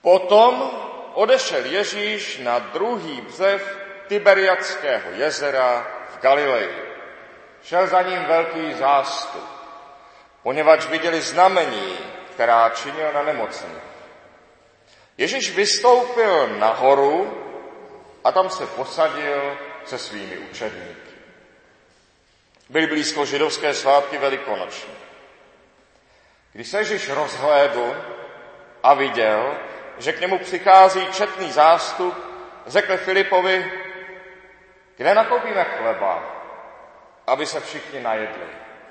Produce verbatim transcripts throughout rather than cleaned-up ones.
Potom odešel Ježíš na druhý břeh Tiberiadského jezera v Galileji. Šel za ním velký zástup, poněvadž viděli znamení, která činil na nemocných. Ježíš vystoupil nahoru a tam se posadil se svými učedníky. Byly blízko židovské svátky velikonoční. Když se Ježíš rozhlédl a viděl, že k němu přichází četný zástup, řekl Filipovi, kde nakoupíme chleba, aby se všichni najedli.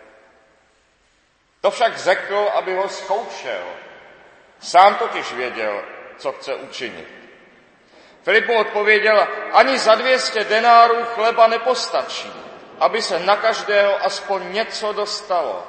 To však řekl, aby ho zkoušel. Sám totiž věděl, co chce učinit. Filip mu odpověděl, ani za dvě stě denárů chleba nepostačí, aby se na každého aspoň něco dostalo.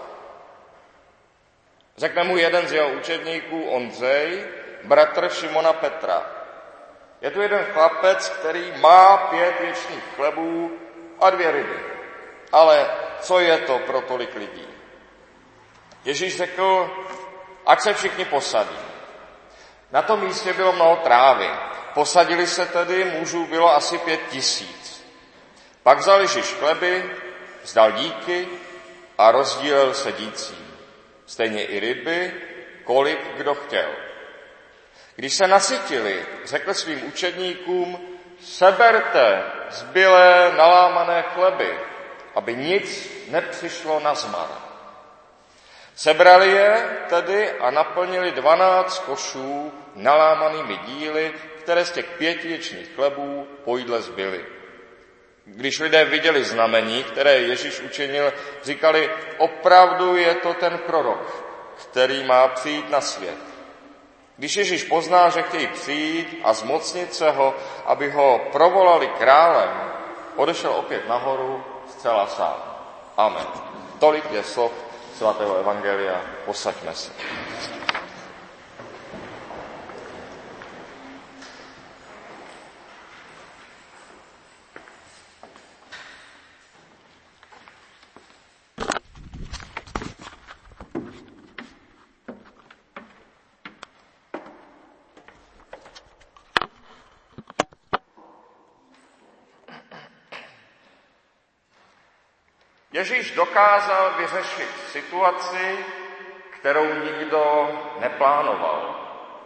Řekne mu jeden z jeho učedníků, Ondřej, bratr Šimona Petra. Je tu jeden chlapec, který má pět věčných chlebů a dvě ryby. Ale co je to pro tolik lidí? Ježíš řekl, ať se všichni posadí. Na tom místě bylo mnoho trávy. Posadili se tedy, mužů bylo asi pět tisíc. Pak vzal Ježíš chleby, vzdal díky a rozdílel sedícím. Stejně i ryby, kolik kdo chtěl. Když se nasytili, řekl svým učedníkům, seberte zbylé nalámané chleby, aby nic nepřišlo nazmar. Sebrali je tedy a naplnili dvanáct košů nalámanými díly, které z těch pěti věčných chlebů po jídle zbyly. Když lidé viděli znamení, které Ježíš učinil, říkali, opravdu je to ten prorok, který má přijít na svět. Když Ježíš pozná, že chtějí přijít a zmocnit se ho, aby ho provolali králem, odešel opět nahoru zcela sám. Amen. Tolik je slov svatého evangelia. Posaďme se. Ježíš dokázal vyřešit situaci, kterou nikdo neplánoval.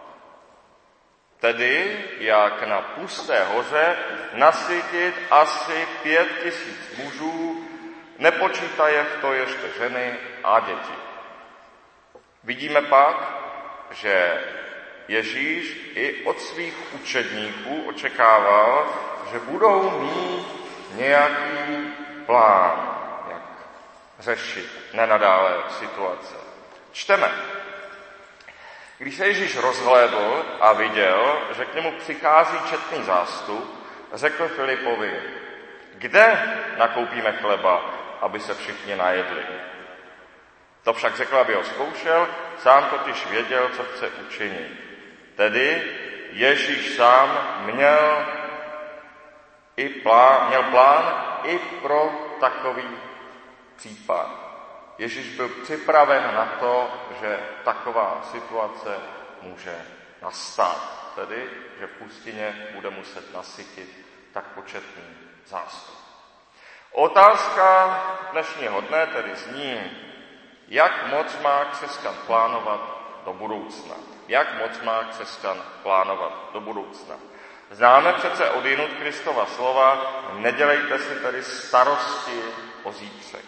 Tedy, jak na pusté hoře nasytit asi pět tisíc mužů, nepočítaje v to ještě ženy a děti. Vidíme pak, že Ježíš i od svých učedníků očekával, že budou mít nějaký plán, řešit nenadálé situace. Čteme. Když se Ježíš rozhlédl a viděl, že k němu přichází četný zástup, řekl Filipovi, kde nakoupíme chleba, aby se všichni najedli. To však řekl, aby ho zkoušel, sám totiž věděl, co chce učinit. Tedy Ježíš sám měl, i plán, měl plán i pro takový případ. Ježíš byl připraven na to, že taková situace může nastat. Tedy, že v pustině bude muset nasytit tak početný zástup. Otázka dnešního dne tedy zní, jak moc má křesťan plánovat do budoucna. Jak moc má křesťan plánovat do budoucna. Známe přece odjinud Kristova slova, nedělejte si tedy starosti o zítřek.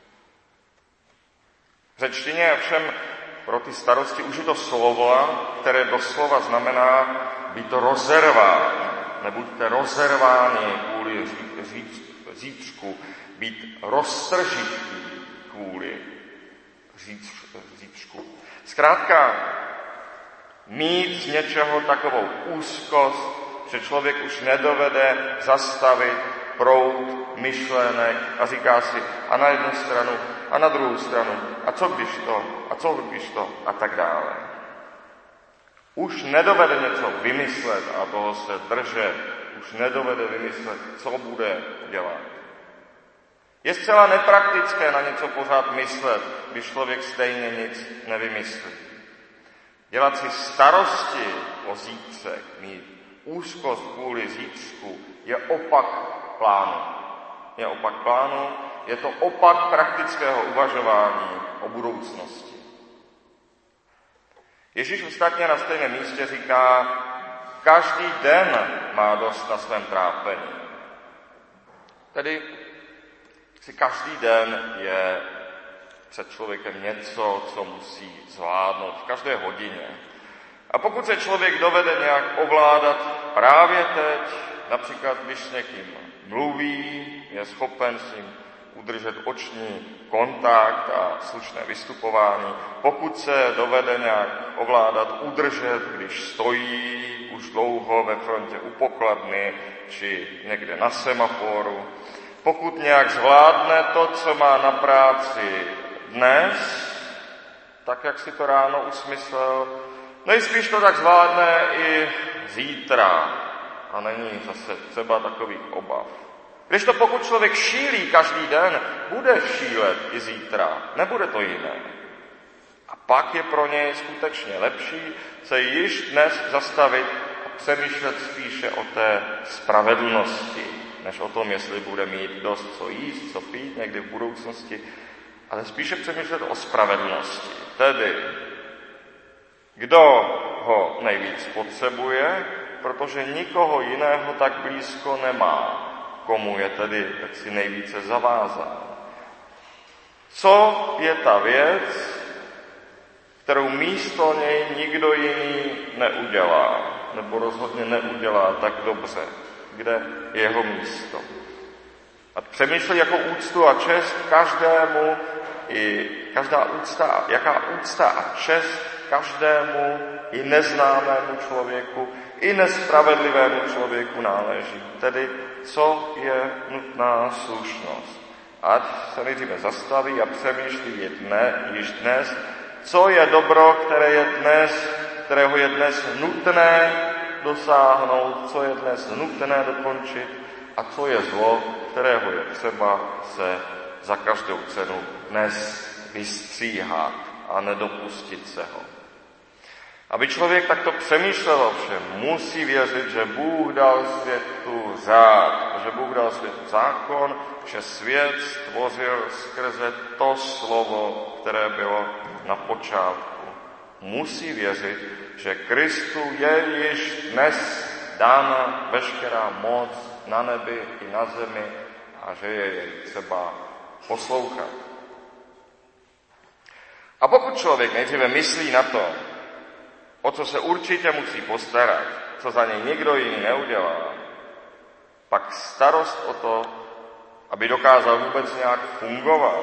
V řečtině je ovšem pro ty starosti užito slovo, které doslova znamená být rozerván. Nebuďte rozerváni kvůli zítřku, být roztržití kvůli zítřku. Zkrátka, mít z něčeho takovou úzkost, že člověk už nedovede zastavit proud myšlenek a říká si a na jednu stranu a na druhou stranu a co když to a co když to a tak dále. Už nedovede něco vymyslet a toho se držet, už nedovede vymyslet, co bude dělat. Je zcela nepraktické na něco pořád myslet, když člověk stejně nic nevymyslí. Dělat si starosti o zítřek, mít úzkost kvůli zítřku, je opak plánu. Je opak plánu, je to opak praktického uvažování o budoucnosti. Ježíš ostatně na stejném místě říká, každý den má dost na svém trápení. Tedy si každý den je před člověkem něco, co musí zvládnout v každé hodině. A pokud se člověk dovede nějak ovládat právě teď, například když s někým mluví, je schopen s ním udržet oční kontakt a slušné vystupování, pokud se dovede nějak ovládat, udržet, když stojí už dlouho ve frontě u pokladny či někde na semaforu, pokud nějak zvládne to, co má na práci dnes, tak jak si to ráno usmyslel, nejspíš to tak zvládne i zítra a není zase třeba takových obav. Když to pokud člověk šílí každý den, bude šílet i zítra, nebude to jiné. A pak je pro něj skutečně lepší se již dnes zastavit a přemýšlet spíše o té spravedlnosti, než o tom, jestli bude mít dost co jíst, co pít někdy v budoucnosti, ale spíše přemýšlet o spravedlnosti. Tedy, kdo ho nejvíc potřebuje, protože nikoho jiného tak blízko nemá, komu je tedy jaksi nejvíce zavázán. Co je ta věc, kterou místo něj nikdo jiný neudělá, nebo rozhodně neudělá tak dobře, kde je jeho místo. A přemýšlí jako úctu a čest každému, i každá úcta, jaká úcta a čest každému i neznámému člověku, i nespravedlivému člověku náleží. Tedy, co je nutná slušnost. Ať se nejdříve zastaví a přemýšlí je dne, již dnes, co je dobro, které je dnes, kterého je dnes nutné dosáhnout, co je dnes nutné dokončit a co je zlo, kterého je třeba se za každou cenu dnes vystříhat a nedopustit se ho. Aby člověk takto přemýšlel o všem, musí věřit, že Bůh dal světu řád, že Bůh dal světu zákon, že svět stvořil skrze to slovo, které bylo na počátku. Musí věřit, že Kristu je již dnes dána veškerá moc na nebi i na zemi a že je jej třeba poslouchat. A pokud člověk nejdříve myslí na to, o co se určitě musí postarat, co za něj nikdo jiný neudělá, pak starost o to, aby dokázal vůbec nějak fungovat,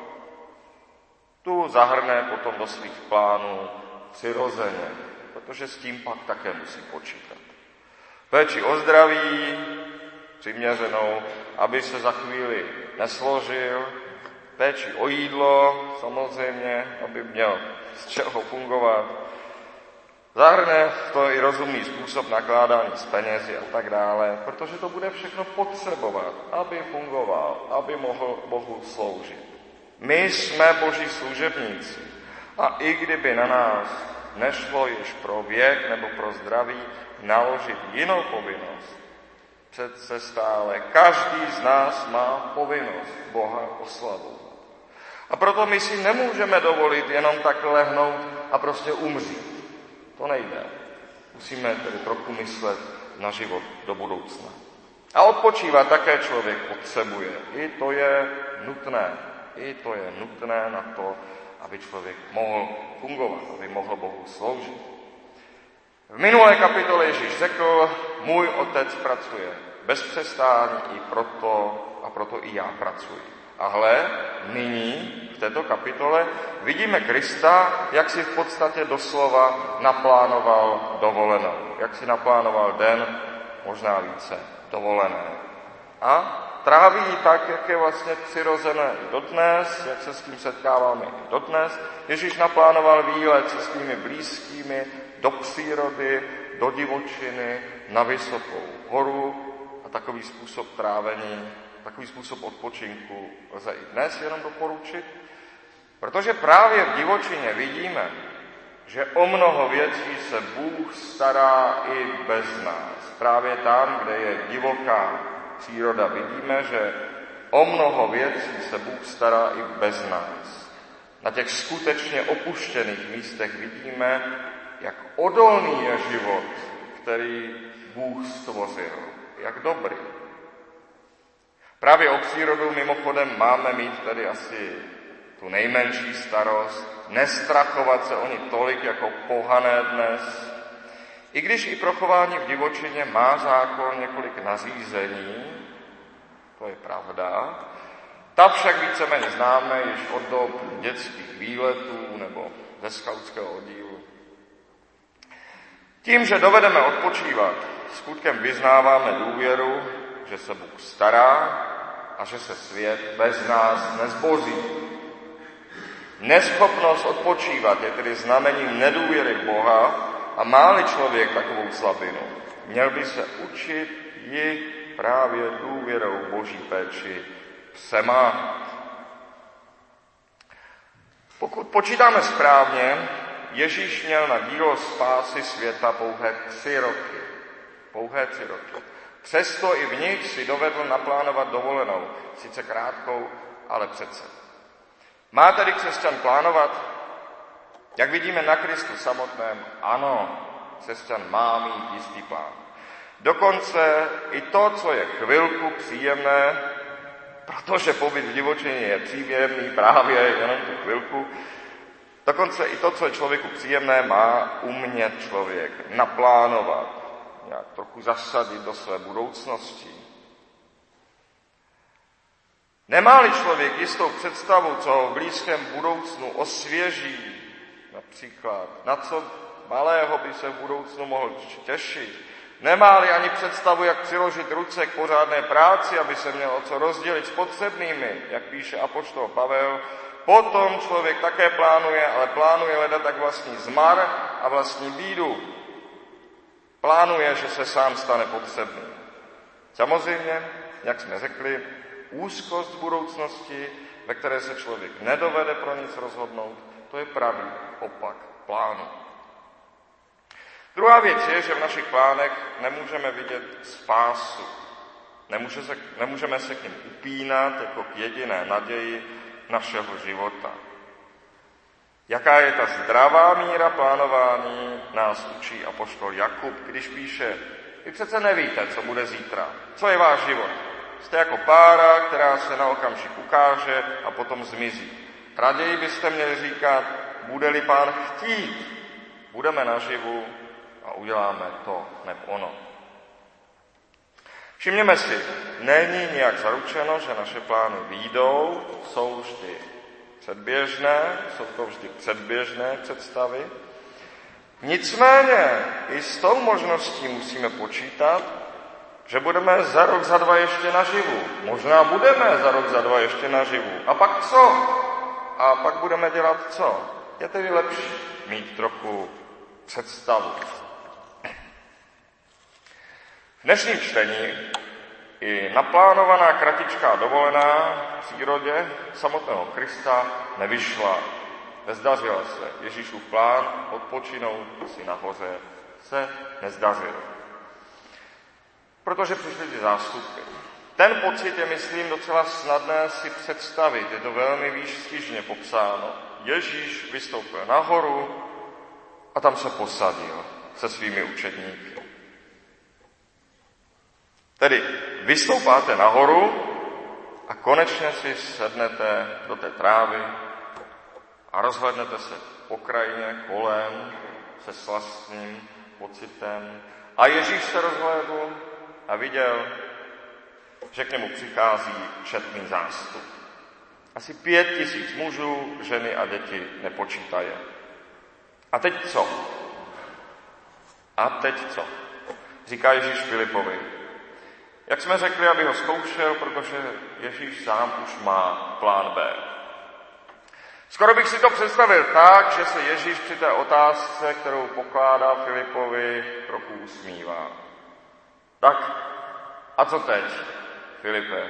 tu zahrne potom do svých plánů přirozeně, protože s tím pak také musí počítat. Péči o zdraví, přiměřenou, aby se za chvíli nesložil, péči o jídlo, samozřejmě, aby měl z čeho fungovat, zahrne to i rozumný způsob nakládání s penězi a tak dále, protože to bude všechno potřebovat, aby fungoval, aby mohl Bohu sloužit. My jsme Boží služebníci a i kdyby na nás nešlo již pro věk nebo pro zdraví naložit jinou povinnost, přece stále každý z nás má povinnost Boha oslavovat. A proto my si nemůžeme dovolit jenom tak lehnout a prostě umřít. To nejde. Musíme tedy trochu myslet na život do budoucna. A odpočívat také člověk potřebuje. I to je nutné. I to je nutné na to, aby člověk mohl fungovat, aby mohl Bohu sloužit. V minulé kapitole Ježíš řekl, můj otec pracuje bez přestání i proto, a proto i já pracuji. A hle, nyní v této kapitole vidíme Krista, jak si v podstatě doslova naplánoval dovolenou. Jak si naplánoval den, možná více, dovolené. A tráví ji tak, jak je vlastně přirozené i dodnes, jak se s tím setkáváme i dodnes. Ježíš naplánoval výlet se svými blízkými do přírody, do divočiny, na vysokou horu a takový způsob trávení, takový způsob odpočinku lze i dnes jenom doporučit, protože právě v divočině vidíme, že o mnoho věcí se Bůh stará i bez nás. Právě tam, kde je divoká příroda, vidíme, že o mnoho věcí se Bůh stará i bez nás. Na těch skutečně opuštěných místech vidíme, jak odolný je život, který Bůh stvořil. Jak dobrý. Právě o přírodu mimochodem máme mít tedy asi tu nejmenší starost, nestrachovat se o ní tolik jako pohané dnes. I když i pro chování v divočině má zákon několik nařízení, to je pravda, ta však víceméně známe již od dob dětských výletů nebo ze skautského oddílu. Tím, že dovedeme odpočívat, skutkem vyznáváme důvěru, že se Bůh stará a že se svět bez nás nezboří. Neschopnost odpočívat je tedy znamením nedůvěry v Boha a má-li člověk takovou slabinu, měl by se učit ji právě důvěrou Boží péči přemáhat. Pokud počítáme správně, Ježíš měl na dílo spásy světa pouhé tři roky. Pouhé tři roky. Přesto i v nich si dovedl naplánovat dovolenou, sice krátkou, ale přece. Má tedy křesťan plánovat? Jak vidíme na Kristu samotném, ano, křesťan má mít jistý plán. Dokonce i to, co je chvilku příjemné, protože pobyt v divočině je příjemný právě jenom tu chvilku, dokonce i to, co je člověku příjemné, má umět člověk naplánovat, nějak trochu zasadit do své budoucnosti. Nemá-li člověk jistou představu, co ho v blízkém budoucnu osvěží, například na co malého by se v budoucnu mohl těšit, nemá-li ani představu, jak přiložit ruce k pořádné práci, aby se měl o co rozdělit s potřebnými, jak píše apoštol Pavel, potom člověk také plánuje, ale plánuje hledat tak vlastní zmar a vlastní bídu. Plánuje, že se sám stane potřebným. Samozřejmě, jak jsme řekli, úzkost budoucnosti, ve které se člověk nedovede pro nic rozhodnout, to je pravý opak plánu. Druhá věc je, že v našich plánech nemůžeme vidět spásu. Nemůže se, nemůžeme se k nim upínat jako k jediné naději našeho života. Jaká je ta zdravá míra plánování, nás učí apoštol Jakub, když píše, vy přece nevíte, co bude zítra. Co je váš život? Jste jako pára, která se na okamžik ukáže a potom zmizí. Raději byste měli říkat, bude-li Pán chtít, budeme naživu a uděláme to nebo ono. Všimněme si, není nijak zaručeno, že naše plány výjdou, jsou vždy předběžné, jsou to vždy předběžné představy. Nicméně i s tou možností musíme počítat, že budeme za rok, za dva ještě naživu. Možná budeme za rok, za dva ještě naživu. A pak co? A pak budeme dělat co? Je tedy lepší mít trochu představu. V dnešním čtení i naplánovaná kratičká dovolená v přírodě samotného Krista nevyšla. Nezdařila se. Ježíšův plán odpočinout si nahoře se nezdařil. Protože přišly ty zástupy. Ten pocit je, myslím, docela snadné si představit. Je to velmi výstižně popsáno. Ježíš vystoupil nahoru a tam se posadil se svými učedníky. Tedy vystoupáte nahoru a konečně si sednete do té trávy a rozhlednete se po krajině kolem se slastným pocitem. A Ježíš se rozhlédl a viděl, že k němu přichází četný zástup. Asi pět tisíc mužů, ženy a děti nepočítaje. A teď co? A teď co? Říká Ježíš Filipovi. Jak jsme řekli, aby ho zkoušel, protože Ježíš sám už má plán B. Skoro bych si to představil tak, že se Ježíš při té otázce, kterou pokládá Filipovi, trochu usmívá. Tak, a co teď, Filipe?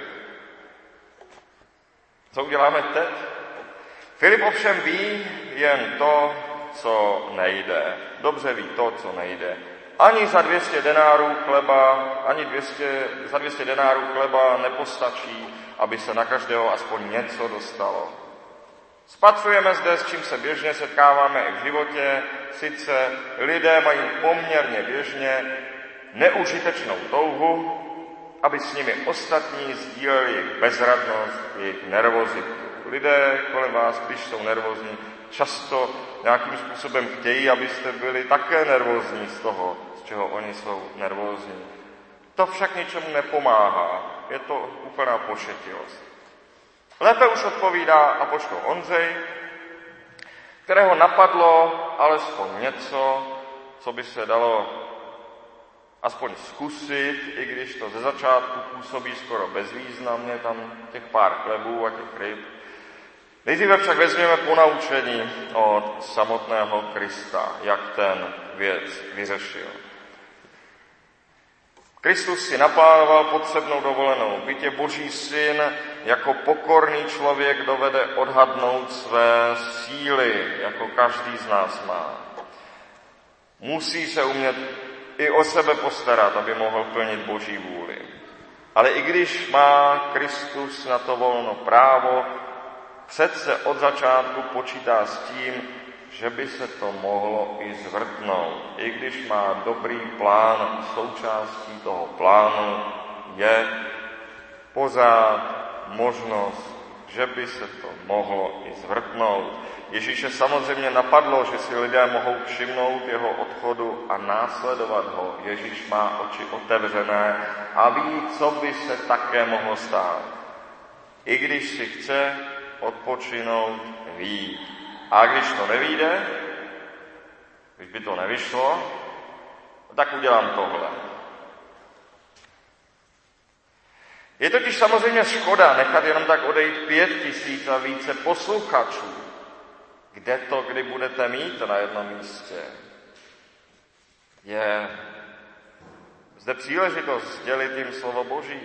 Co uděláme teď? Filip ovšem ví jen to, co nejde. Dobře ví to, co nejde. Ani za dvě stě denárů chleba, ani dvě stě, za dvě stě denárů chleba nepostačí, aby se na každého aspoň něco dostalo. Spatřujeme zde, s čím se běžně setkáváme i v životě, sice lidé mají poměrně běžně neužitečnou touhu, aby s nimi ostatní sdíleli jejich bezradnost, jejich nervozitu. Lidé kolem vás, když jsou nervózní, často nějakým způsobem chtějí, abyste byli také nervózní z toho, z čeho oni jsou nervózní. To však ničemu nepomáhá. Je to úplná pošetilost. Lépe už odpovídá apoštol Ondřej, kterého napadlo alespoň něco, co by se dalo aspoň zkusit, i když to ze začátku působí skoro bezvýznamně, tam těch pár chlebů a těch ryb. Nejdříve však vezměme ponaučení od samotného Krista, jak ten věc vyřešil. Kristus si naplánoval potřebnou dovolenou. Byť je Boží syn, jako pokorný člověk dovede odhadnout své síly, jako každý z nás má. Musí se umět i o sebe postarat, aby mohl plnit Boží vůli. Ale i když má Kristus na to volno právo, přece od začátku počítá s tím, že by se to mohlo i zvrtnout. I když má dobrý plán, součástí toho plánu je pořád možnost, že by se to mohlo i zvrtnout. Ježíše samozřejmě napadlo, že si lidé mohou všimnout jeho odchodu a následovat ho. Ježíš má oči otevřené a ví, co by se také mohlo stát. I když si chce odpočinout, ví. A když to nevyjde, když by to nevyšlo, tak udělám tohle. Je totiž samozřejmě škoda nechat jenom tak odejít pět tisíc a více posluchačů. Kde to, kdy budete mít na jednom místě? Je zde příležitost sdělit jim slovo Boží.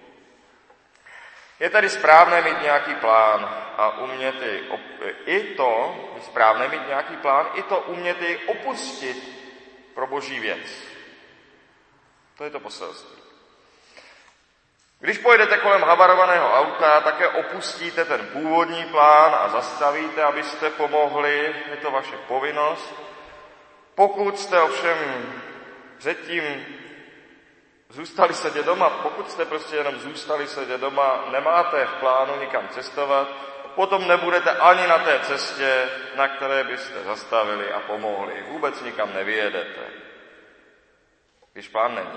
Je tedy správné mít nějaký plán a umět i, i to, je správné mít nějaký plán, i to umět i opustit pro Boží věc. To je to poselství. Když pojedete kolem havarovaného auta, také opustíte ten původní plán a zastavíte, abyste pomohli, je to vaše povinnost. Pokud jste ovšem předtím zůstali sedět doma, pokud jste prostě jenom zůstali sedět doma, nemáte v plánu nikam cestovat, potom nebudete ani na té cestě, na které byste zastavili a pomohli. Vůbec nikam nevyjedete, když plán není.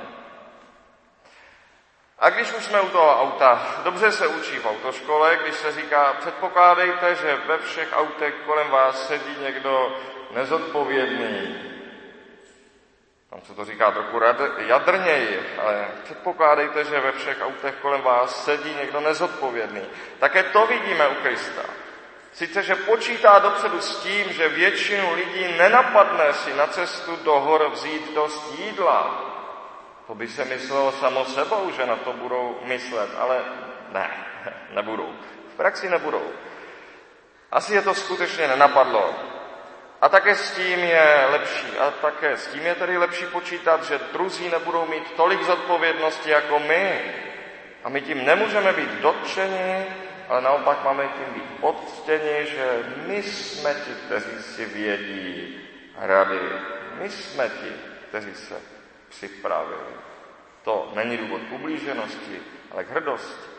A když už jsme u toho auta, dobře se učí v autoškole, když se říká, předpokládejte, že ve všech autech kolem vás sedí někdo nezodpovědný. Tam se to říká trochu jadrněji, ale předpokládejte, že ve všech autech kolem vás sedí někdo nezodpovědný. Také to vidíme u Krista. Sice, že počítá dopředu s tím, že většinu lidí nenapadne si na cestu do hor vzít dost jídla. To by se myslelo samo sebou, že na to budou myslet, ale ne, nebudou. V praxi nebudou. Asi je to skutečně nenapadlo. A také s tím je lepší, a také s tím je tedy lepší počítat, že druzí nebudou mít tolik zodpovědnosti jako my. A my tím nemůžeme být dotčeni, ale naopak máme tím být poctěni, že my jsme ti, kteří si vědí rady. My jsme ti, kteří se připravili. To není důvod k ublíženosti, ale k hrdosti.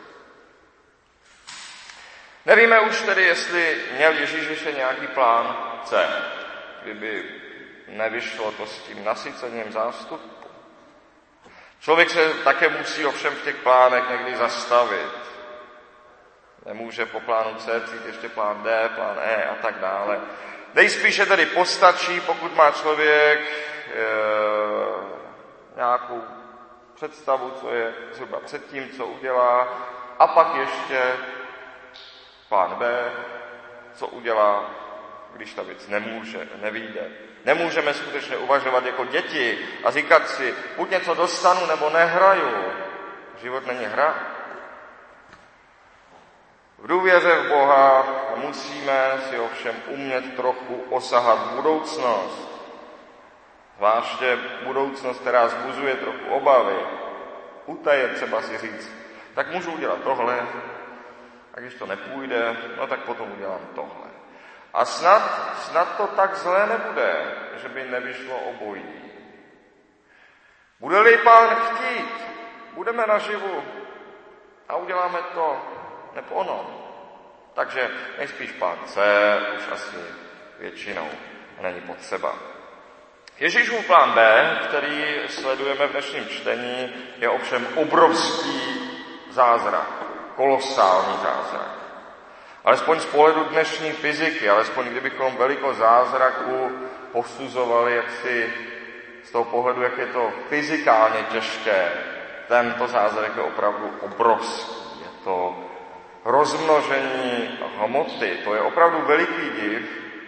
Nevíme už tedy, jestli měl Ježíš ještě nějaký plán C, kdyby nevyšlo to s tím nasycením zástupu. Člověk se také musí ovšem v těch plánech někdy zastavit. Nemůže po plánu C přijít ještě plán D, plán E a tak dále. Nejspíše tedy postačí, pokud má člověk e, nějakou představu, co je zhruba před tím, co udělá, a pak ještě plán B, co udělá, když ta věc nemůže, nevyjde. Nemůžeme skutečně uvažovat jako děti a říkat si, buď něco dostanu, nebo nehraju. Život není hra. V důvěře v Boha musíme si ovšem umět trochu osahat budoucnost. Zvláště budoucnost, která vzbuzuje trochu obavy. U té je třeba si říct, tak můžu udělat tohle, a když to nepůjde, no tak potom udělám tohle. A snad, snad to tak zlé nebude, že by nevyšlo obojí. Bude-li Pán chtít, budeme naživu a uděláme to nebo ono. Takže nejspíš Pán C už asi většinou není potřeba. Ježíšův plán B, který sledujeme v dnešním čtení, je ovšem obrovský zázrak, kolosální zázrak. Alespoň z pohledu dnešní fyziky, alespoň kdybychom velikost zázraku posuzovali jaksi z toho pohledu, jak je to fyzikálně těžké, tento zázrak je opravdu obrovský. Je to rozmnožení hmoty, to je opravdu veliký div,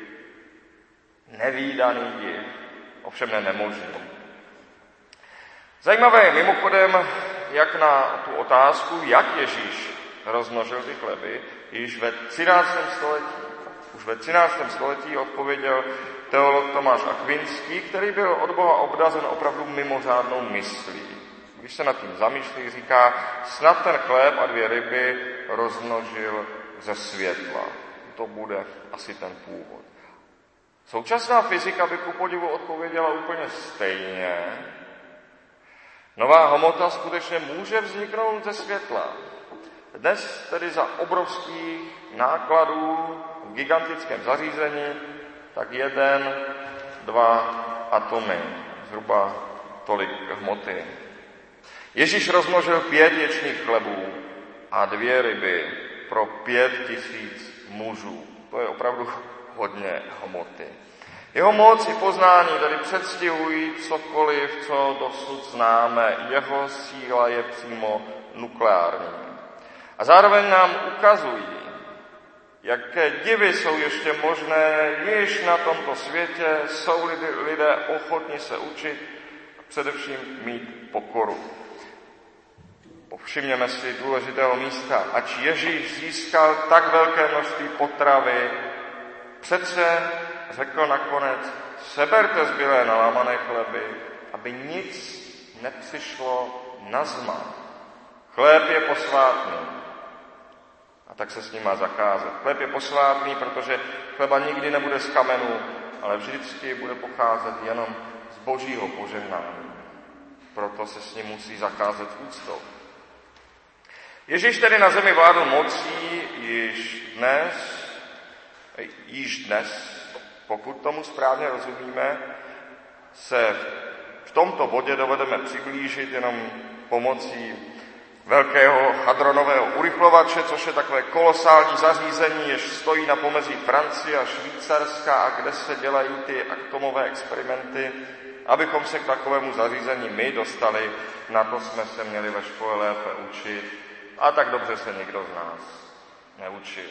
nevídaný div, ovšem ne nemožný. Zajímavé je mimochodem, jak na tu otázku, jak Ježíš rozmnožil ty chleby, již ve třináctém století. Už ve třináctém století odpověděl teolog Tomáš Akvinský, který byl od Boha obdazen opravdu mimořádnou myslí. Když se nad tím zamýšlí, říká, snad ten chléb a dvě ryby rozmnožil ze světla. To bude asi ten původ. Současná fyzika by ku podivu odpověděla úplně stejně. Nová hmota skutečně může vzniknout ze světla. Dnes tedy za obrovských nákladů v gigantickém zařízení tak jeden, dva atomy, zhruba tolik hmoty. Ježíš rozmnožil pět ječných chlebů a dvě ryby pro pět tisíc mužů. To je opravdu hodně hmoty. Jeho moc i poznání tedy předstihují cokoliv, co dosud známe. Jeho síla je přímo nukleární. A zároveň nám ukazují, jaké divy jsou ještě možné, již na tomto světě jsou lidé ochotni se učit a především mít pokoru. Povšimněme si důležitého místa. Ač Ježíš získal tak velké množství potravy, přece řekl nakonec, seberte zbylé nalámané chleby, aby nic nepřišlo na zmar. Chléb je posvátný. A tak se s ním má zacházet. Chléb je posvátný, protože chleba nikdy nebude z kamenu, ale vždycky bude pocházet jenom z božího požehnání. Proto se s ním musí zacházet s úctou. Ježíš tedy na zemi vládl mocí již dnes, již dnes, pokud tomu správně rozumíme, se v tomto bodě dovedeme přiblížit jenom pomocí velkého hadronového urychlovače, což je takové kolosální zařízení, jež stojí na pomezí Francie a Švýcarska a kde se dělají ty atomové experimenty. Abychom se k takovému zařízení my dostali, na to jsme se měli ve škole lépe učit a tak dobře se nikdo z nás neučil.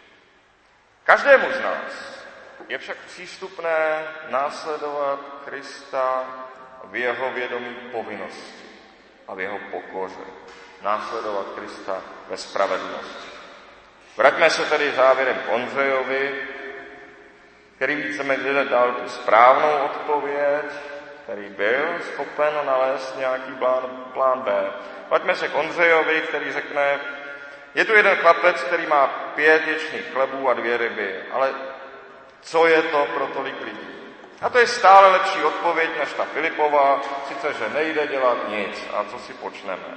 Každému z nás je však přístupné následovat Krista v jeho vědomí povinnosti a v jeho pokoře. Následovat Krista ve spravedlnosti. Vraťme se tedy závěrem k Ondřejovi, který víceméně dal tu správnou odpověď, který byl schopen nalézt nějaký plán, plán B. Vraťme se k Ondřejovi, který řekne, je tu jeden chlapec, který má pět ječných chlebů a dvě ryby, ale co je to pro tolik lidí? A to je stále lepší odpověď než ta Filipova, sice, že nejde dělat nic a co si počneme.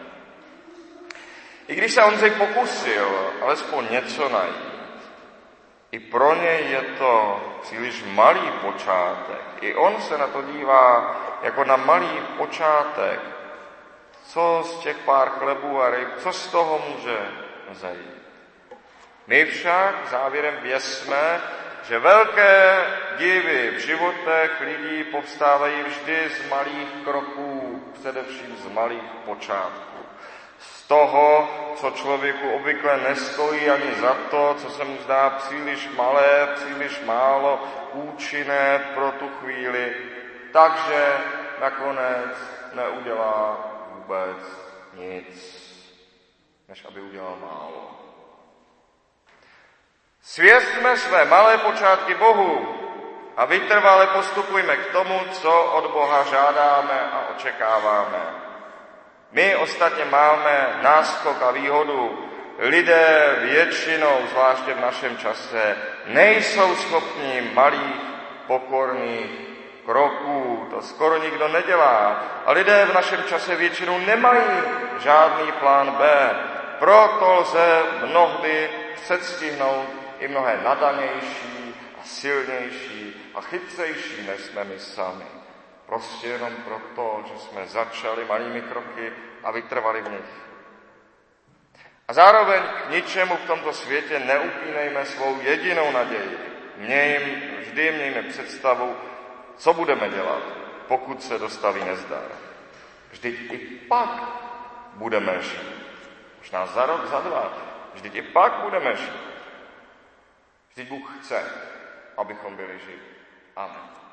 I když se Ondřej pokusil alespoň něco najít, i pro něj je to příliš malý počátek. I on se na to dívá jako na malý počátek. Co z těch pár chlebů a ryb, co z toho může vzejít? My však závěrem vězme, že velké divy v životech lidí povstávají vždy z malých kroků, především z malých počátků. Z toho, co člověku obvykle nestojí ani za to, co se mu zdá příliš malé, příliš málo účinné pro tu chvíli, takže nakonec neudělá vůbec nic, než aby udělal málo. Svěřme své malé počátky Bohu a vytrvale postupujme k tomu, co od Boha žádáme a očekáváme. My ostatně máme náskok a výhodu. Lidé většinou, zvláště v našem čase, nejsou schopni malých, pokorných kroků. To skoro nikdo nedělá. A lidé v našem čase většinou nemají žádný plán B. Proto lze mnohdy předstihnout i mnohé nadanější a silnější a chytřejší, než jsme my sami. Prostě jenom proto, že jsme začali malými kroky a vytrvali v nich. A zároveň k ničemu v tomto světě neupínejme svou jedinou naději. Mějme, vždy mějme představu, co budeme dělat, pokud se dostaví nezdar. Vždyť i pak budeme žít. Možná za rok, za dva. Vždyť i pak budeme žít. Vždyť Bůh chce, abychom byli živí. Amen.